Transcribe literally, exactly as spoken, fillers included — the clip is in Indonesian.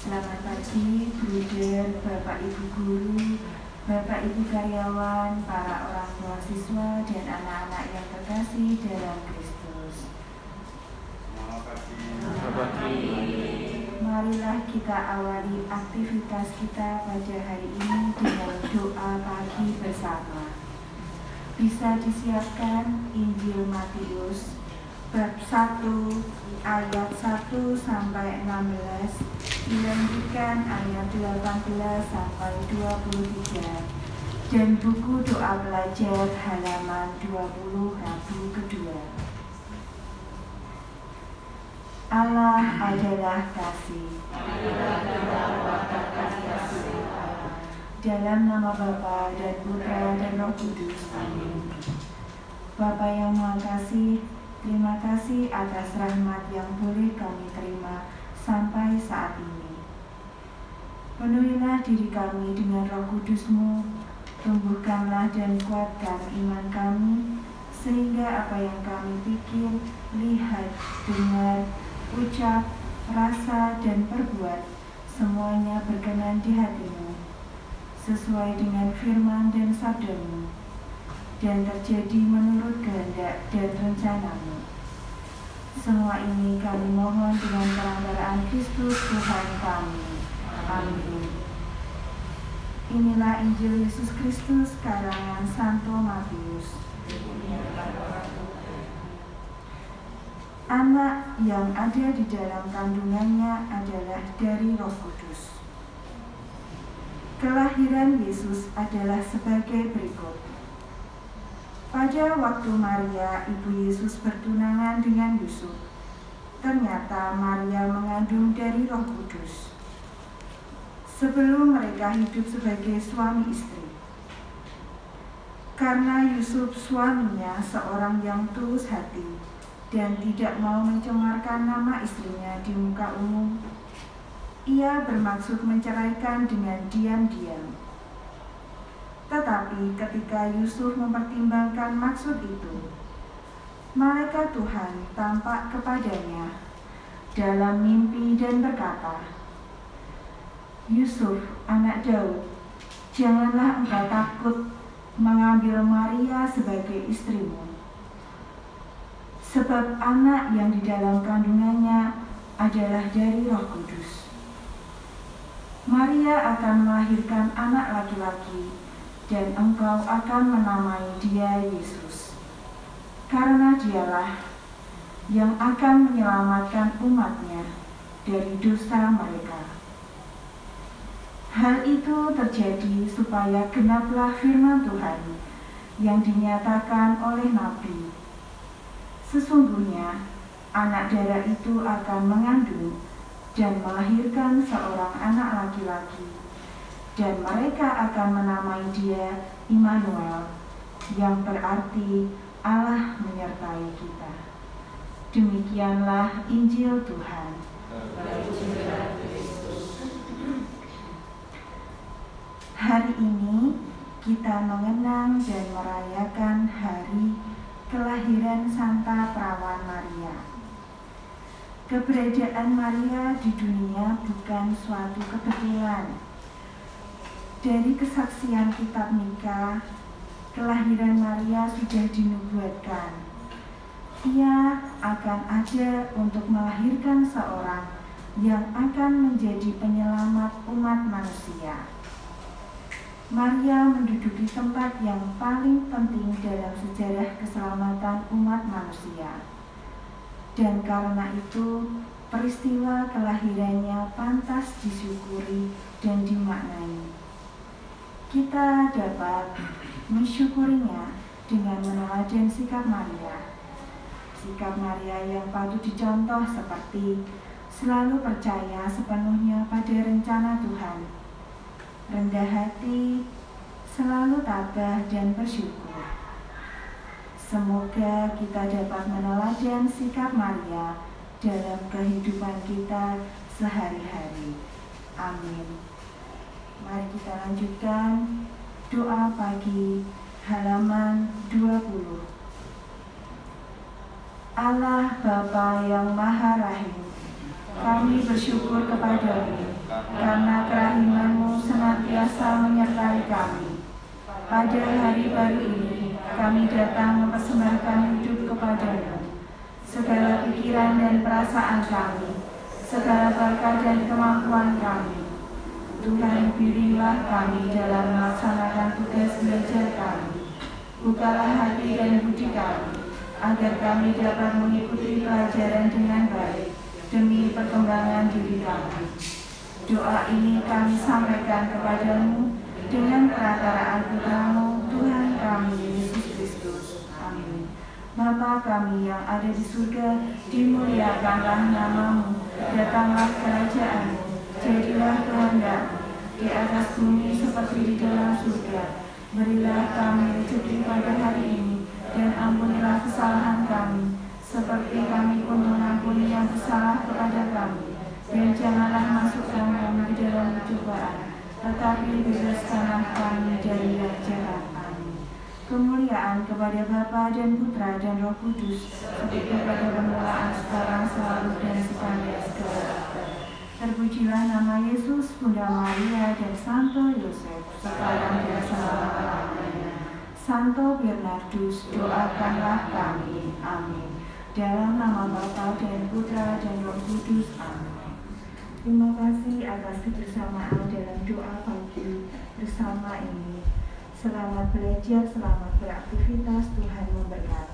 Selamat pagi, Bruder, Bapak Ibu Guru, Bapak Ibu karyawan, para orang tua siswa, dan anak-anak yang terkasih dalam Kristus. Selamat pagi. Selamat pagi. Marilah kita awali aktivitas kita pada hari ini dengan doa pagi bersama. Bisa disiapkan Injil Matius bab satu ayat satu sampai enam belas, dilanjutkan ayat delapan belas sampai dua puluh tiga, dan buku doa pelajar halaman dua puluh Rabu kedua. Allah adalah kasih. Dalam nama Bapa dan Putra dan Roh Kudus. Amin. Bapa yang Maha Kasih, terima kasih atas rahmat yang boleh kami terima sampai saat ini. Penuhilah diri kami dengan Roh Kudus-Mu, tumbuhkanlah dan kuatkan iman kami, sehingga apa yang kami pikir, lihat, dengar, ucap, rasa, dan perbuat, semuanya berkenan di hati-Mu, sesuai dengan firman dan sabda-Mu, dan terjadi menurut kehendak dan rencana-Mu. Semua ini kami mohon dengan perantaraan Kristus Tuhan kami. Amin. Inilah Injil Yesus Kristus karangan Santo Matius. Anak yang ada di dalam kandungannya adalah dari Roh Kudus. Kelahiran Yesus adalah sebagai berikut. Pada waktu Maria, ibu Yesus bertunangan dengan Yusuf, ternyata Maria mengandung dari Roh Kudus. Sebelum mereka hidup sebagai suami istri, karena Yusuf suaminya seorang yang tulus hati dan tidak mau mencemarkan nama istrinya di muka umum, ia bermaksud menceraikan dengan diam-diam. Tetapi ketika Yusuf mempertimbangkan maksud itu, malaikat Tuhan tampak kepadanya dalam mimpi dan berkata, "Yusuf, anak Daud, janganlah engkau takut mengambil Maria sebagai istrimu, sebab anak yang di dalam kandungannya adalah dari Roh Kudus. Maria akan melahirkan anak laki-laki, dan engkau akan menamai dia Yesus, karena dialah yang akan menyelamatkan umatnya dari dosa mereka." Hal itu terjadi supaya genaplah firman Tuhan yang dinyatakan oleh Nabi, "Sesungguhnya anak darah itu akan mengandung dan melahirkan seorang anak laki-laki, dan mereka akan menamai dia Immanuel," yang berarti Allah menyertai kita. Demikianlah Injil Tuhan. Hari ini kita mengenang dan merayakan hari kelahiran Santa Perawan Maria. Keberadaan Maria di dunia bukan suatu kebetulan. Dari kesaksian kitab Mika, kelahiran Maria sudah dinubuatkan. Ia akan ada untuk melahirkan seorang yang akan menjadi penyelamat umat manusia. Maria menduduki tempat yang paling penting dalam sejarah keselamatan umat manusia. Dan karena itu, peristiwa kelahirannya pantas disyukuri dan dimaknai. Kita dapat mensyukurinya dengan meneladan sikap Maria. Sikap Maria yang patut dicontoh seperti selalu percaya sepenuhnya pada rencana Tuhan, rendah hati, selalu tabah dan bersyukur. Semoga kita dapat meneladan sikap Maria dalam kehidupan kita sehari-hari. Amin. Mari kita lanjutkan doa pagi halaman dua puluh. Allah Bapa yang Maha Rahim, Kami bersyukur kepadamu, karena kerahiman-Mu senantiasa menyertai kami. Pada hari baru ini, kami datang mempersembahkan hidup kepadamu. Segala pikiran dan perasaan kami, segala bakat dan kemampuan kami. Tuhan, bimbinglah kami dalam melaksanakan tugas belajar kami. Bukalah hati dan budi kami, agar kami dapat mengikuti pelajaran dengan baik, demi perkembangan diri kami. Doa ini kami sampaikan kepadamu dengan perantaraan Putra-Mu, Tuhan kami, Yesus Kristus. Amin. Bapa kami yang ada di surga, dimuliakanlah nama-Mu, datanglah kerajaan-Mu, jadilah kehendak-Mu di atas bumi seperti di dalam surga. Berilah kami rezeki pada hari ini, dan ampunilah kesalahan kami, seperti kami pun mengampuni yang bersalah kepada kami. Dan janganlah masukkan kami ke dalam pencobaan, tetapi bebaskanlah kami dari yang jahat. Amin. Kemuliaan kepada Bapa dan Putra dan Roh Kudus, seperti pada permulaan, sekarang, selalu, dan sepanjang segala abad. Terpujilah nama Yesus, Bunda Maria, dan Santo Yosef, sekarang dan selama-lamanya. Santo Bernardus, doakanlah kami. Amin. Dalam nama Bapa dan Putra dan Roh Kudus. Amin. Terima kasih atas kebersamaan dalam doa pagi bersama ini. Selamat belajar, selamat beraktivitas, Tuhan memberkati.